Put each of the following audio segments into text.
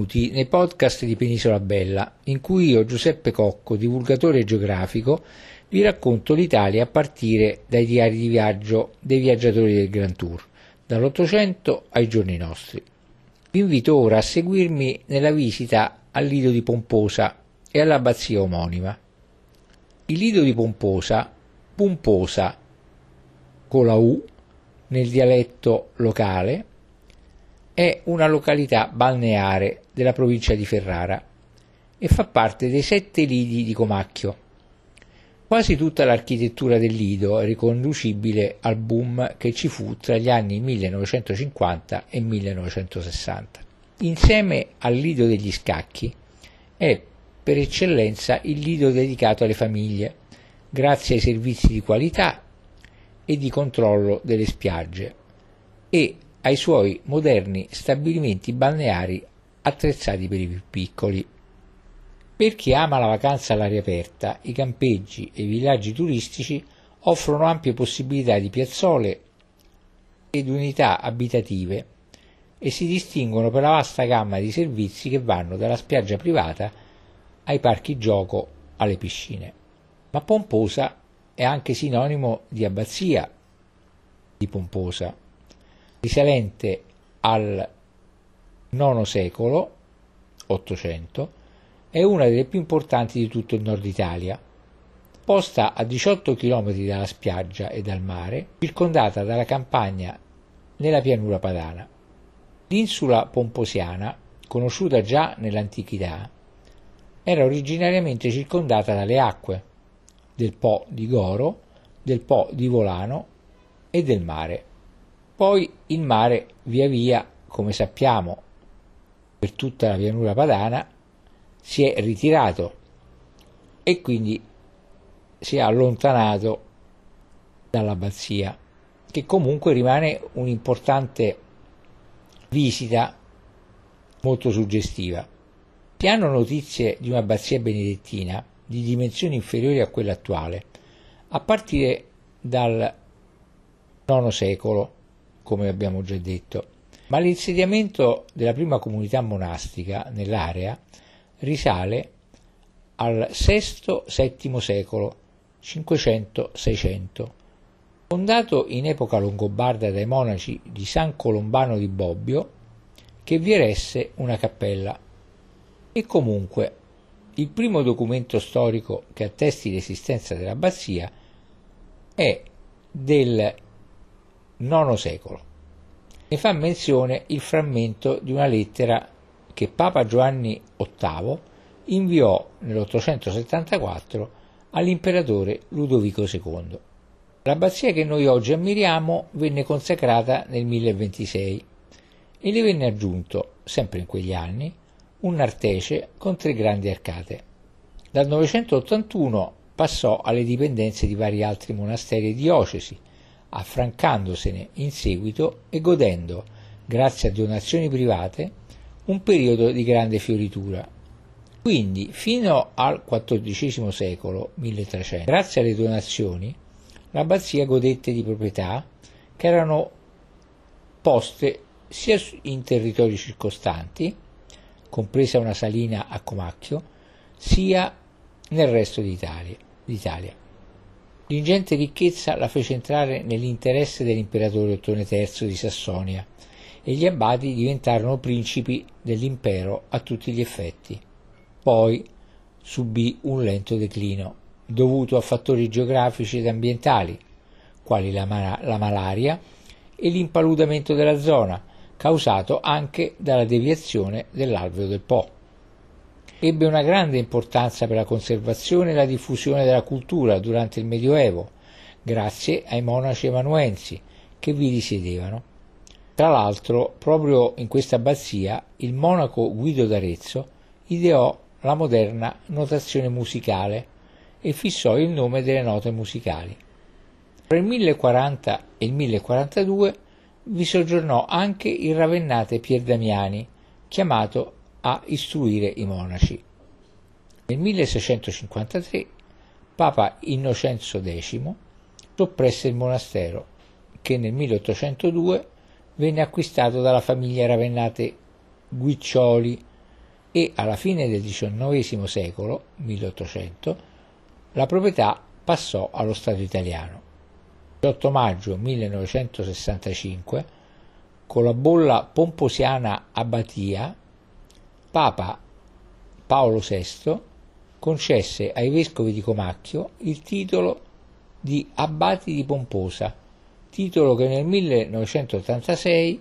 Benvenuti nei podcast di Penisola Bella, in cui io, Giuseppe Cocco, divulgatore geografico, vi racconto l'Italia a partire dai diari di viaggio dei viaggiatori del Grand Tour, dall'Ottocento ai giorni nostri. Vi invito ora a seguirmi nella visita al Lido di Pomposa e all'abbazia omonima. Il Lido di Pomposa, Pomposa con la U nel dialetto locale, è una località balneare della provincia di Ferrara e fa parte dei 7 lidi di Comacchio. Quasi tutta l'architettura del lido è riconducibile al boom che ci fu tra gli anni 1950 e 1960. Insieme al lido degli scacchi è per eccellenza il lido dedicato alle famiglie, grazie ai servizi di qualità e di controllo delle spiagge e ai suoi moderni stabilimenti balneari attrezzati per i più piccoli. Per chi ama la vacanza all'aria aperta, i campeggi e i villaggi turistici offrono ampie possibilità di piazzole ed unità abitative e si distinguono per la vasta gamma di servizi che vanno dalla spiaggia privata ai parchi gioco alle piscine. Ma Pomposa è anche sinonimo di abbazia di Pomposa, risalente al IX secolo, 800, è una delle più importanti di tutto il nord Italia. Posta a 18 km dalla spiaggia e dal mare, circondata dalla campagna nella pianura padana. L'insula pomposiana, conosciuta già nell'antichità, era originariamente circondata dalle acque del Po di Goro, del Po di Volano e del mare. Poi il mare via via, come sappiamo, per tutta la pianura padana si è ritirato e quindi si è allontanato dall'abbazia, che comunque rimane un'importante visita molto suggestiva. Si hanno notizie di un'abbazia benedettina di dimensioni inferiori a quella attuale, a partire dal IX secolo, come abbiamo già detto, ma l'insediamento della prima comunità monastica nell'area risale al VI-VII secolo, 500-600, fondato in epoca longobarda dai monaci di San Colombano di Bobbio, che vi eresse una cappella. E comunque il primo documento storico che attesti l'esistenza dell'abbazia è del IX secolo. Ne fa menzione il frammento di una lettera che Papa Giovanni VIII inviò nell'874 all'imperatore Ludovico II. L'abbazia che noi oggi ammiriamo venne consacrata nel 1026 e le venne aggiunto, sempre in quegli anni, un nartece con 3 grandi arcate. Dal 981 passò alle dipendenze di vari altri monasteri e diocesi, affrancandosene in seguito e godendo, grazie a donazioni private, un periodo di grande fioritura. Quindi, fino al XIV secolo, 1300, grazie alle donazioni, l'abbazia godette di proprietà che erano poste sia in territori circostanti, compresa una salina a Comacchio, sia nel resto d'Italia. L'ingente ricchezza la fece entrare nell'interesse dell'imperatore Ottone III di Sassonia e gli abbati diventarono principi dell'impero a tutti gli effetti. Poi subì un lento declino, dovuto a fattori geografici ed ambientali, quali la malaria e l'impaludamento della zona, causato anche dalla deviazione dell'alveo del Po. Ebbe una grande importanza per la conservazione e la diffusione della cultura durante il Medioevo, grazie ai monaci emanuensi che vi risiedevano. Tra l'altro, proprio in questa abbazia, il monaco Guido d'Arezzo ideò la moderna notazione musicale e fissò il nome delle note musicali. Tra il 1040 e il 1042 vi soggiornò anche il ravennate Pier Damiani, chiamato a istruire i monaci. Nel 1653 Papa Innocenzo X soppresse il monastero, che nel 1802 venne acquistato dalla famiglia ravennate Guiccioli e alla fine del XIX secolo, 1800, la proprietà passò allo Stato italiano. Il 18 maggio 1965, con la bolla Pomposiana Abbatia, Papa Paolo VI concesse ai vescovi di Comacchio il titolo di Abbati di Pomposa, titolo che nel 1986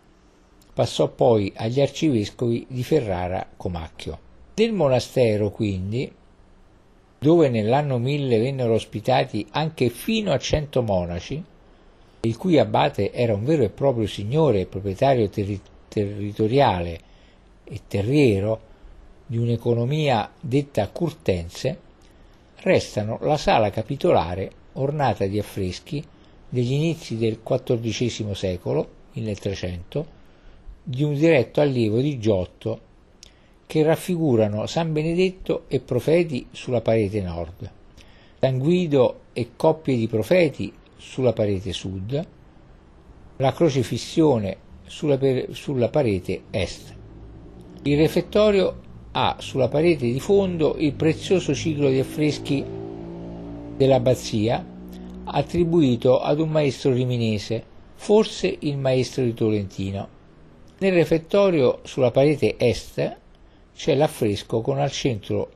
passò poi agli arcivescovi di Ferrara Comacchio. Nel monastero, quindi, dove nell'anno 1000 vennero ospitati anche fino a 100 monaci, il cui abate era un vero e proprio signore e proprietario territoriale e terriero di un'economia detta curtense, restano la sala capitolare ornata di affreschi degli inizi del XIV secolo, 1300, di un diretto allievo di Giotto, che raffigurano San Benedetto e profeti sulla parete nord, San Guido e coppie di profeti sulla parete sud, la crocifissione sulla parete est. Il refettorio ha sulla parete di fondo il prezioso ciclo di affreschi dell'abbazia attribuito ad un maestro riminese, forse il maestro di Tolentino. Nel refettorio sulla parete est c'è l'affresco con al centro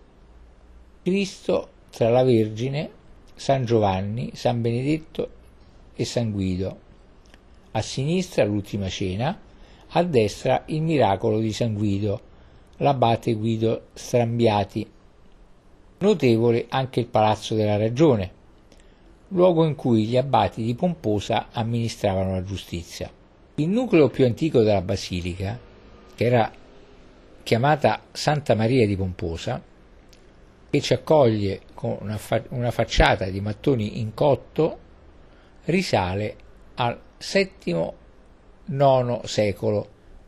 Cristo tra la Vergine, San Giovanni, San Benedetto e San Guido. A sinistra l'Ultima Cena, a destra il miracolo di San Guido, l'abate Guido Strambiati. Notevole anche il Palazzo della Ragione, luogo in cui gli abati di Pomposa amministravano la giustizia. Il nucleo più antico della basilica, che era chiamata Santa Maria di Pomposa, che ci accoglie con una facciata di mattoni in cotto, risale al VII-IX secolo,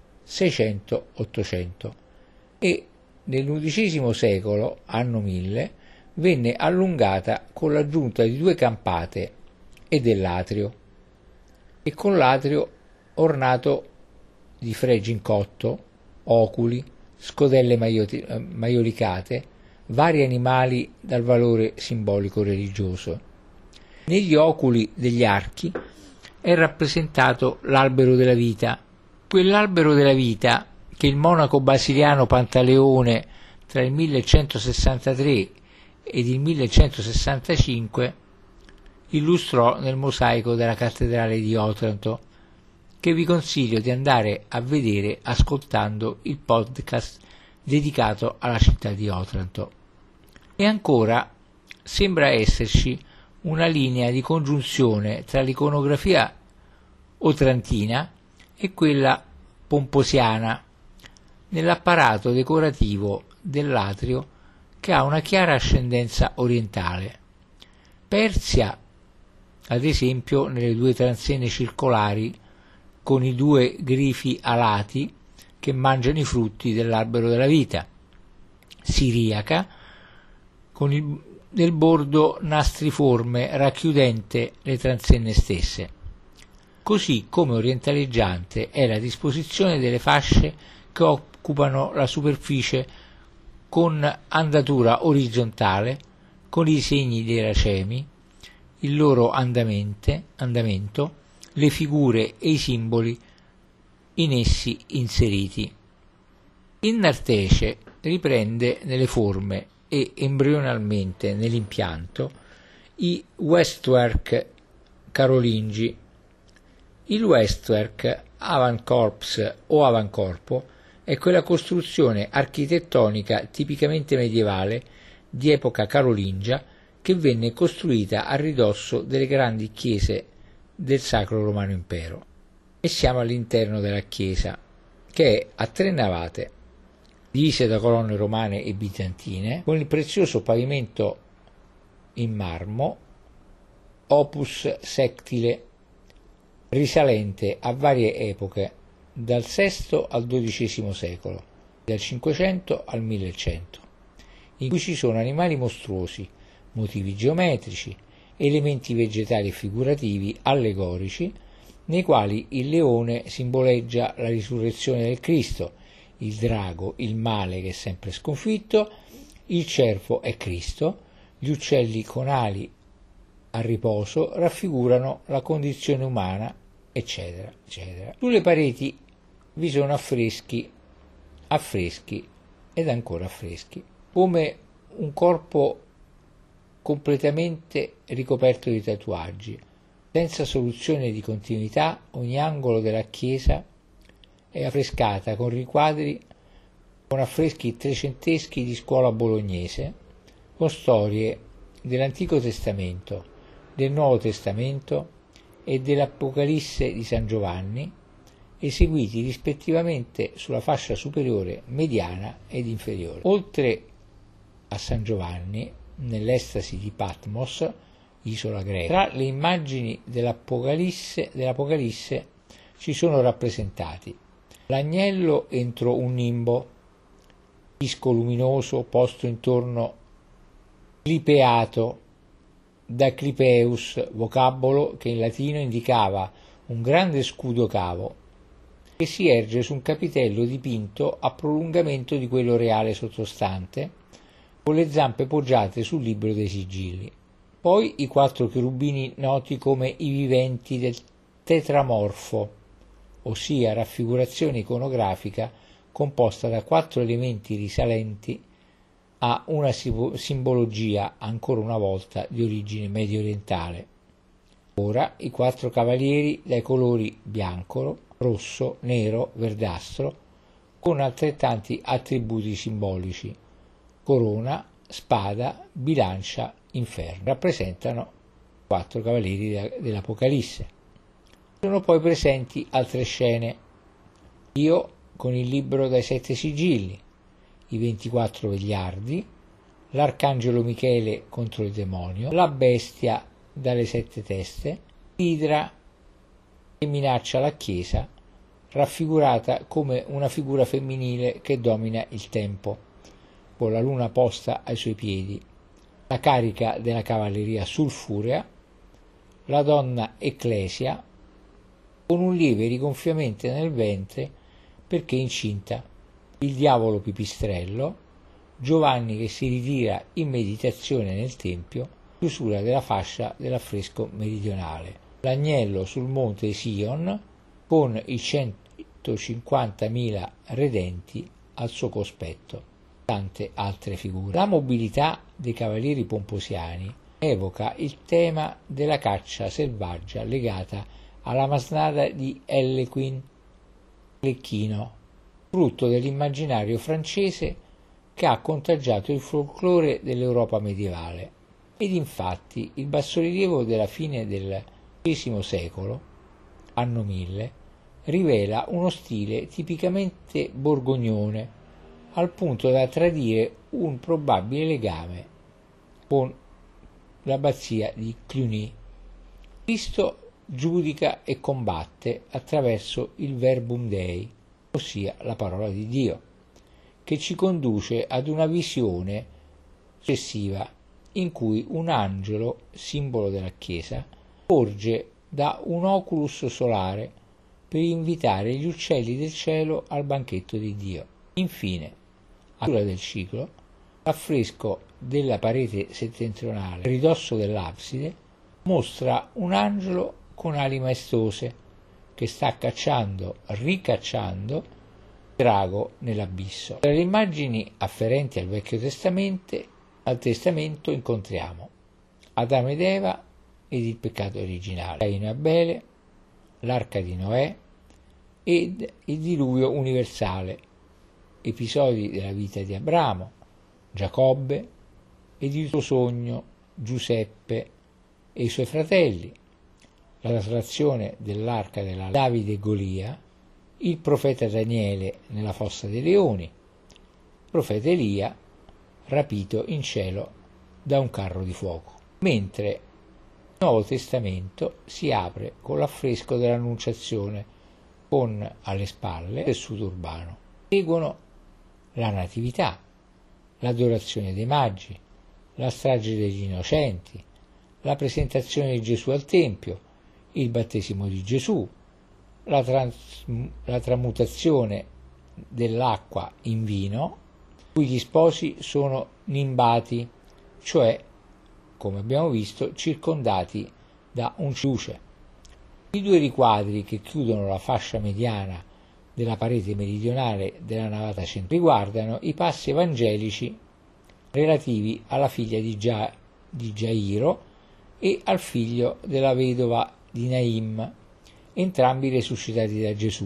600-800, e nell'XI secolo, anno 1000, venne allungata con l'aggiunta di 2 campate e dell'atrio, e con l'atrio ornato di fregi in cotto, oculi, scodelle maiolicate, vari animali dal valore simbolico religioso. Negli oculi degli archi è rappresentato l'albero della vita, quell'albero della vita che il monaco basiliano Pantaleone tra il 1163 ed il 1165 illustrò nel mosaico della cattedrale di Otranto, che vi consiglio di andare a vedere ascoltando il podcast dedicato alla città di Otranto. E ancora sembra esserci una linea di congiunzione tra l'iconografia otrantina e quella pomposiana nell'apparato decorativo dell'atrio, che ha una chiara ascendenza orientale. Persia, ad esempio, nelle 2 transenne circolari con i 2 grifi alati che mangiano i frutti dell'albero della vita, siriaca con del bordo nastriforme racchiudente le transenne stesse. Così come orientaleggiante è la disposizione delle fasce che occupano la superficie con andatura orizzontale, con i segni dei racemi, il loro andamento, le figure e i simboli in essi inseriti. Il nartece riprende nelle forme e embrionalmente nell'impianto i Westwerk carolingi. Il Westwerk Avancorps o avancorpo è quella costruzione architettonica tipicamente medievale di epoca carolingia che venne costruita a ridosso delle grandi chiese del Sacro Romano Impero. E siamo all'interno della chiesa, che è a 3 navate, divise da colonne romane e bizantine, con il prezioso pavimento in marmo, opus sectile, risalente a varie epoche, dal VI al XII secolo, dal 500 al 1100, in cui ci sono animali mostruosi, motivi geometrici, elementi vegetali e figurativi allegorici, nei quali il leone simboleggia la risurrezione del Cristo, il drago, il male che è sempre sconfitto, il cervo è Cristo, gli uccelli con ali a riposo raffigurano la condizione umana, eccetera, eccetera. Sulle pareti vi sono affreschi ed ancora affreschi, come un corpo completamente ricoperto di tatuaggi. Senza soluzione di continuità, ogni angolo della chiesa è affrescata con riquadri, con affreschi trecenteschi di scuola bolognese, con storie dell'Antico Testamento, del Nuovo Testamento e dell'Apocalisse di San Giovanni, eseguiti rispettivamente sulla fascia superiore, mediana ed inferiore. Oltre a San Giovanni, nell'estasi di Patmos, isola greca, tra le immagini dell'Apocalisse ci sono rappresentati l'agnello entro un nimbo, disco luminoso posto intorno clipeato da clipeus, vocabolo che in latino indicava un grande scudo cavo che si erge su un capitello dipinto a prolungamento di quello reale sottostante, con le zampe poggiate sul libro dei sigilli. Poi i 4 cherubini noti come i viventi del tetramorfo, ossia raffigurazione iconografica composta da 4 elementi risalenti a una simbologia, ancora una volta, di origine mediorientale. Ora i 4 cavalieri dai colori bianco, rosso, nero, verdastro, con altrettanti attributi simbolici: corona, spada, bilancia, inferno. Rappresentano 4 cavalieri dell'Apocalisse. Sono poi presenti altre scene: Dio con il libro dai 7 sigilli, i 24 vegliardi, l'arcangelo Michele contro il demonio, la bestia dalle 7 teste, l'idra che minaccia la Chiesa, raffigurata come una figura femminile che domina il tempo, con la luna posta ai suoi piedi, la carica della cavalleria sulfurea, la donna Ecclesia, con un lieve rigonfiamento nel ventre perché incinta, il diavolo pipistrello, Giovanni che si ritira in meditazione nel Tempio, chiusura della fascia dell'affresco meridionale, l'agnello sul monte Sion con i 150.000 redenti al suo cospetto, tante altre figure. La mobilità dei cavalieri pomposiani evoca il tema della caccia selvaggia legata alla masnada di Lecchino, frutto dell'immaginario francese che ha contagiato il folklore dell'Europa medievale. Ed infatti il bassorilievo della fine del X secolo, anno 1000, rivela uno stile tipicamente borgognone, al punto da tradire un probabile legame con l'abbazia di Cluny. Cristo giudica e combatte attraverso il Verbum Dei, ossia la parola di Dio, che ci conduce ad una visione successiva in cui un angelo, simbolo della Chiesa, porge da un oculus solare per invitare gli uccelli del cielo al banchetto di Dio. Infine, a chiusura del ciclo, l'affresco della parete settentrionale, a ridosso dell'abside, mostra un angelo con ali maestose che sta ricacciando il drago nell'abisso. Tra le immagini afferenti al Vecchio Testamento incontriamo Adamo ed Eva ed il peccato originale, Caino e Abele, l'arca di Noè ed il diluvio universale, episodi della vita di Abramo, Giacobbe ed il suo sogno, Giuseppe e i suoi fratelli, la traslazione dell'arca della Davide e Golia, il profeta Daniele nella fossa dei leoni, il profeta Elia rapito in cielo da un carro di fuoco, mentre il Nuovo Testamento si apre con l'affresco dell'Annunciazione con alle spalle il tessuto urbano. Seguono la Natività, l'adorazione dei Magi, la strage degli innocenti, la presentazione di Gesù al Tempio, il battesimo di Gesù, la tramutazione dell'acqua in vino, cui gli sposi sono nimbati, cioè, come abbiamo visto, circondati da un luce. I due riquadri che chiudono la fascia mediana della parete meridionale della navata centrale riguardano i passi evangelici relativi alla figlia di Gairo e al figlio della vedova di Naim, entrambi resuscitati da Gesù,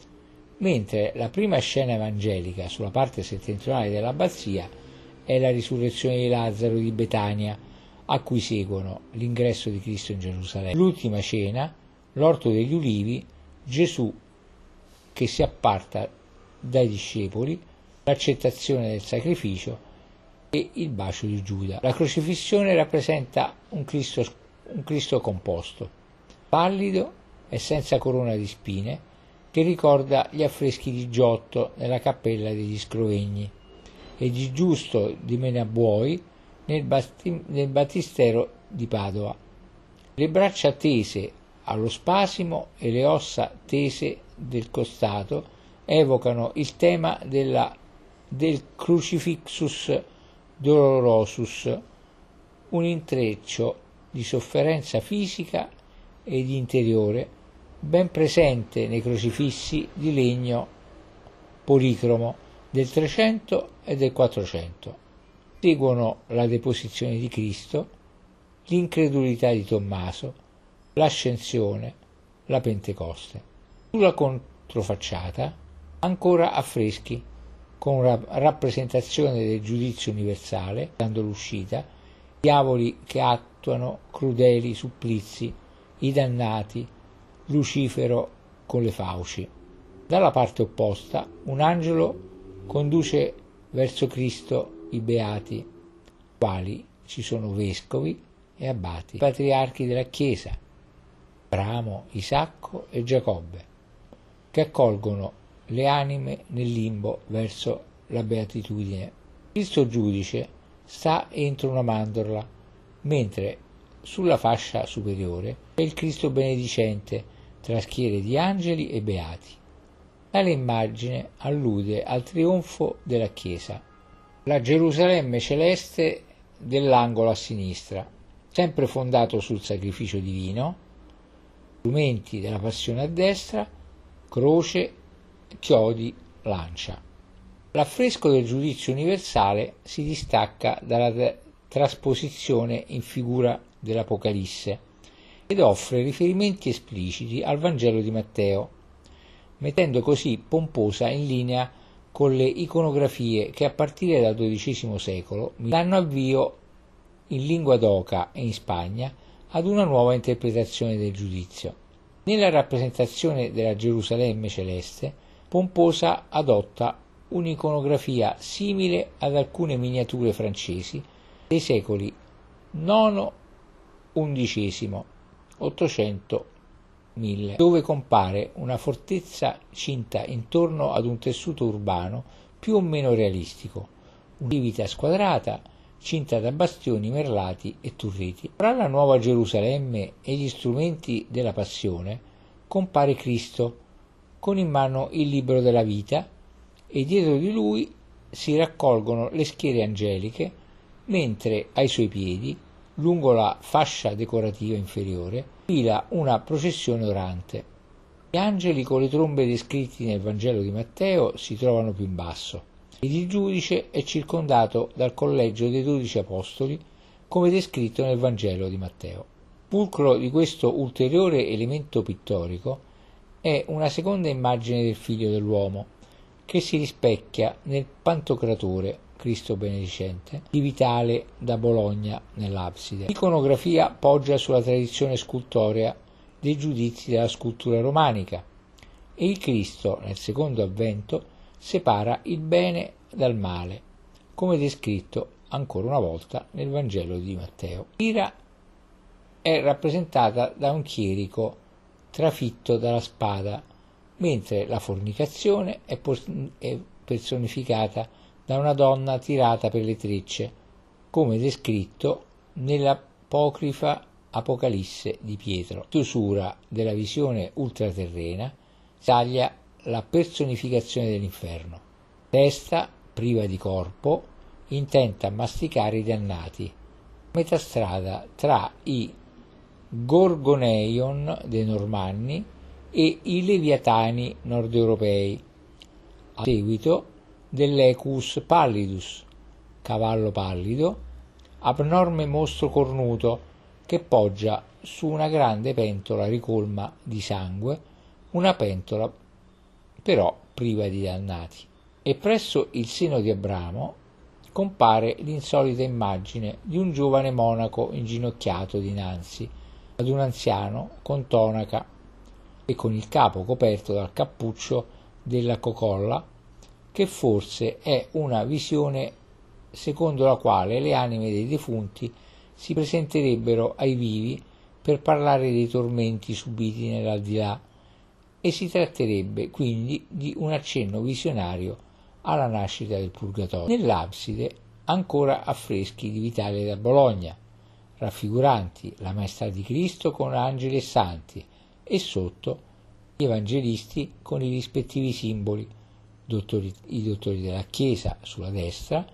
mentre la prima scena evangelica sulla parte settentrionale dell'abbazia è la risurrezione di Lazzaro di Betania, a cui seguono l'ingresso di Cristo in Gerusalemme. L'ultima cena, l'orto degli ulivi, Gesù che si apparta dai discepoli, l'accettazione del sacrificio e il bacio di Giuda. La crocifissione rappresenta un Cristo composto, pallido e senza corona di spine, che ricorda gli affreschi di Giotto nella cappella degli Scrovegni e di Giusto di Menabuoi nel battistero di Padova. Le braccia tese allo spasimo e le ossa tese del costato evocano il tema del Crucifixus Dolorosus, un intreccio di sofferenza fisica ed interiore ben presente nei crocifissi di legno policromo del 300 e del 400. Seguono la deposizione di Cristo, l'incredulità di Tommaso, l'ascensione, la Pentecoste. Sulla controfacciata ancora affreschi con una rappresentazione del giudizio universale, dando l'uscita, diavoli che attuano crudeli supplizi, i dannati, Lucifero con le fauci. Dalla parte opposta un angelo conduce verso Cristo i beati, quali ci sono vescovi e abbati, patriarchi della Chiesa, Abramo, Isacco e Giacobbe, che accolgono le anime nel limbo verso la beatitudine. Cristo giudice sta entro una mandorla, mentre sulla fascia superiore è il Cristo benedicente tra schiere di angeli e beati. Tale immagine allude al trionfo della Chiesa. La Gerusalemme celeste dell'angolo a sinistra, sempre fondato sul sacrificio divino, strumenti della passione a destra, croce, chiodi, lancia. L'affresco del giudizio universale si distacca dalla trasposizione in figura dell'Apocalisse ed offre riferimenti espliciti al Vangelo di Matteo, mettendo così Pomposa in linea con le iconografie che a partire dal XII secolo danno avvio in lingua d'oca e in Spagna ad una nuova interpretazione del giudizio. Nella rappresentazione della Gerusalemme celeste, Pomposa adotta un'iconografia simile ad alcune miniature francesi dei secoli IX, XI, 800, 1000, dove compare una fortezza cinta intorno ad un tessuto urbano più o meno realistico, una vita squadrata cinta da bastioni merlati e turriti. Tra la Nuova Gerusalemme e gli strumenti della Passione compare Cristo con in mano il libro della vita e dietro di lui si raccolgono le schiere angeliche, mentre ai suoi piedi, lungo la fascia decorativa inferiore, fila una processione orante. Gli angeli con le trombe descritti nel Vangelo di Matteo si trovano più in basso ed il giudice è circondato dal collegio dei 12 apostoli come descritto nel Vangelo di Matteo. Fulcro di questo ulteriore elemento pittorico è una seconda immagine del Figlio dell'uomo che si rispecchia nel Pantocratore, Cristo benedicente, di Vitale da Bologna nell'abside. L'iconografia poggia sulla tradizione scultorea dei giudizi della scultura romanica e il Cristo nel secondo avvento separa il bene dal male, come descritto ancora una volta nel Vangelo di Matteo. L'ira è rappresentata da un chierico trafitto dalla spada, mentre la fornicazione è personificata da una donna tirata per le trecce, come descritto nell'apocrifa Apocalisse di Pietro. Chiusura della visione ultraterrena taglia la personificazione dell'inferno. Testa priva di corpo, intenta a masticare i dannati, metà strada tra i Gorgoneion dei Normanni e i Leviatani nord-europei, a seguito dell'Equus pallidus, cavallo pallido, abnorme mostro cornuto che poggia su una grande pentola ricolma di sangue, una pentola però priva di dannati. E presso il seno di Abramo compare l'insolita immagine di un giovane monaco inginocchiato dinanzi ad un anziano con tonaca e con il capo coperto dal cappuccio della cocolla, che forse è una visione secondo la quale le anime dei defunti si presenterebbero ai vivi per parlare dei tormenti subiti nell'aldilà, e si tratterebbe quindi di un accenno visionario alla nascita del purgatorio. Nell'abside ancora affreschi di Vitale da Bologna, raffiguranti la Maestà di Cristo con angeli e santi, e sotto gli evangelisti con i rispettivi simboli, i dottori della Chiesa sulla destra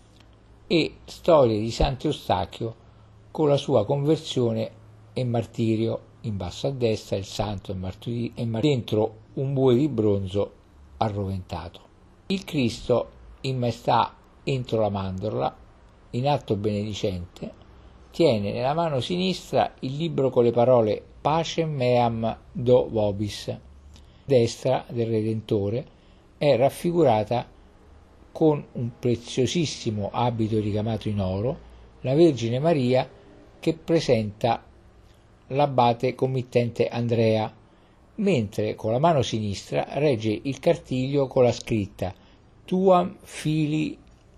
e storie di Sant'Eustachio con la sua conversione e martirio, in basso a destra il santo e dentro un bue di bronzo arroventato. Il Cristo in maestà entro la mandorla, in atto benedicente, tiene nella mano sinistra il libro con le parole Pacem meam do vobis. Destra del Redentore è raffigurata con un preziosissimo abito ricamato in oro la Vergine Maria che presenta l'abate committente Andrea, mentre con la mano sinistra regge il cartiglio con la scritta Tuam Fili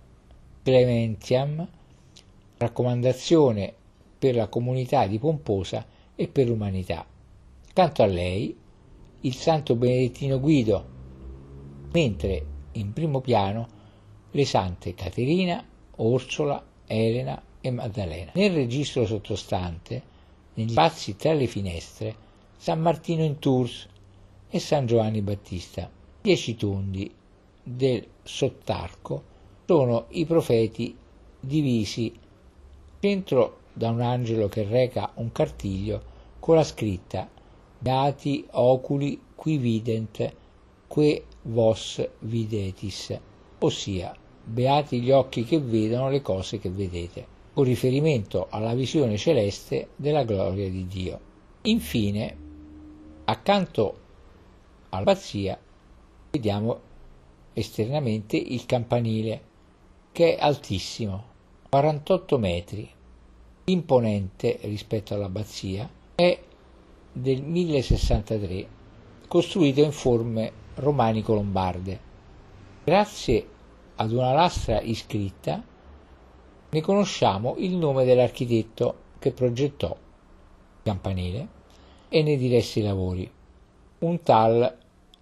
Clementiam, raccomandazione per la comunità di Pomposa e per l'umanità. Accanto a lei il Santo Benedettino Guido, mentre in primo piano le sante Caterina, Orsola, Elena e Maddalena. Nel registro sottostante, negli spazi tra le finestre, San Martino in Tours e San Giovanni Battista. 10 tondi del sottarco sono i profeti divisi centro da un angelo che reca un cartiglio con la scritta Beati oculi qui vident que vos videtis, ossia beati gli occhi che vedono le cose che vedete, con riferimento alla visione celeste della gloria di Dio. Infine, accanto all'abbazia, vediamo esternamente il campanile, che è altissimo, 48 metri, imponente rispetto all'abbazia, è del 1063, costruito in forme romanico-lombarde. Grazie ad una lastra iscritta ne conosciamo il nome dell'architetto che progettò il campanile e ne diresse i lavori, un tal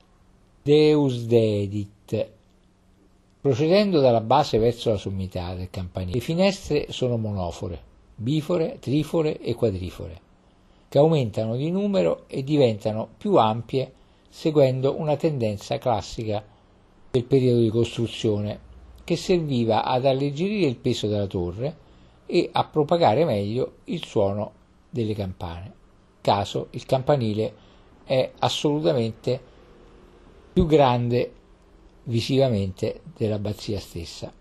Deusdedit. Procedendo dalla base verso la sommità del campanile, le finestre sono monofore, bifore, trifore e quadrifore, che aumentano di numero e diventano più ampie seguendo una tendenza classica del periodo di costruzione, che serviva ad alleggerire il peso della torre e a propagare meglio il suono delle campane. In caso il campanile è assolutamente più grande visivamente dell'abbazia stessa.